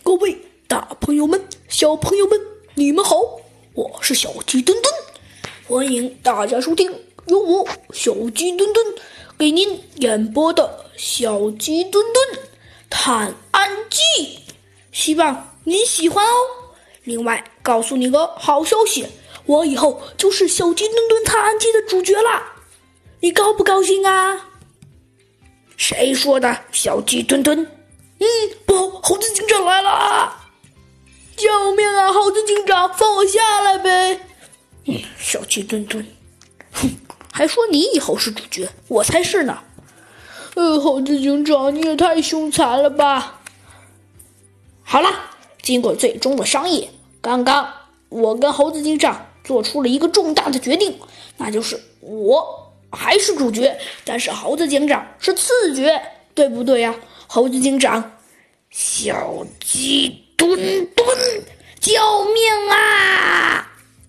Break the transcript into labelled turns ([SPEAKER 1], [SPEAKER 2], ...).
[SPEAKER 1] 各位大朋友们、小朋友们，你们好，我是小鸡墩墩，欢迎大家收听由我小鸡墩墩给您演播的小鸡墩墩探案记，希望您喜欢哦。另外告诉你个好消息，我以后就是小鸡墩墩探案记的主角啦，你高不高兴啊？谁说的？小鸡墩墩？不好，猴子警长来了！救命啊！猴子警长，放我下来呗！小鸡墩墩，还说你以后是主角，我才是呢！猴子警长，你也太凶残了吧！好了，经过最终的商议，刚刚我跟猴子警长做出了一个重大的决定，那就是我还是主角，但是猴子警长是次角，对不对呀？猴子警长，小鸡墩墩，救命啊！